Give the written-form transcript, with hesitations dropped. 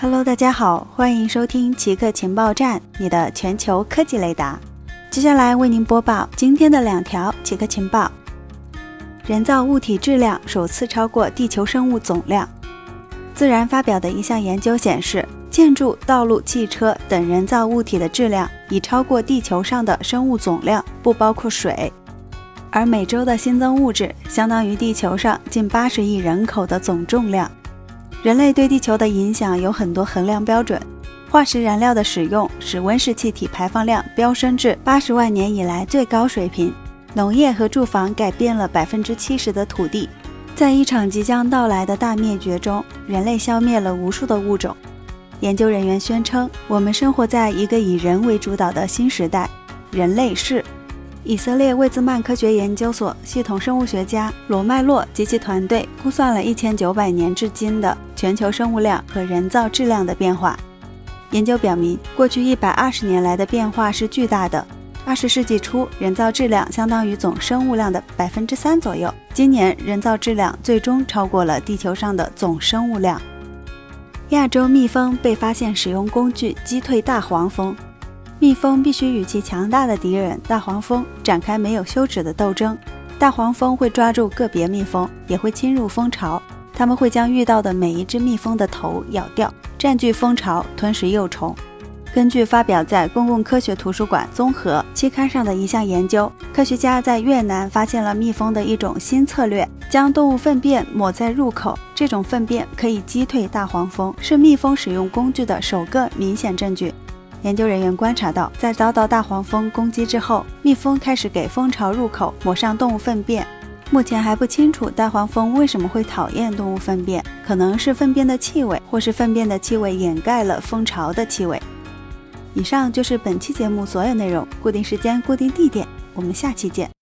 Hello， 大家好，欢迎收听奇客情报站，你的全球科技雷达。接下来为您播报今天的2条奇客情报。人造物体质量首次超过地球生物总量。自然发表的一项研究显示，建筑、道路、汽车等人造物体的质量已超过地球上的生物总量，不包括水。而每周的新增物质相当于地球上近80亿人口的总重量。人类对地球的影响有很多衡量标准，化石燃料的使用使温室气体排放量飙升至80万年以来最高水平，农业和住房改变了70%的土地。在一场即将到来的大灭绝中，人类消灭了无数的物种。研究人员宣称，我们生活在一个以人为主导的新时代，人类是。以色列魏兹曼科学研究所系统生物学家罗麦洛及其团队估算了1900年至今的全球生物量和人造质量的变化。研究表明，过去120年来的变化是巨大的。20世纪初，人造质量相当于总生物量的3%左右。今年，人造质量最终超过了地球上的总生物量。亚洲蜜蜂被发现使用工具击退大黄蜂。蜜蜂必须与其强大的敌人大黄蜂展开没有休止的斗争。大黄蜂会抓住个别蜜蜂，也会侵入蜂巢。它们会将遇到的每一只蜜蜂的头咬掉，占据蜂巢，吞食幼虫。根据发表在公共科学图书馆综合期刊上的一项研究，科学家在越南发现了蜜蜂的一种新策略，将动物粪便抹在入口。这种粪便可以击退大黄蜂，是蜜蜂使用工具的首个明显证据。研究人员观察到，在遭到大黄蜂攻击之后，蜜蜂开始给蜂巢入口抹上动物粪便。目前还不清楚大黄蜂为什么会讨厌动物粪便，可能是粪便的气味，或是粪便的气味掩盖了蜂巢的气味。以上就是本期节目所有内容，固定时间，固定地点，我们下期见。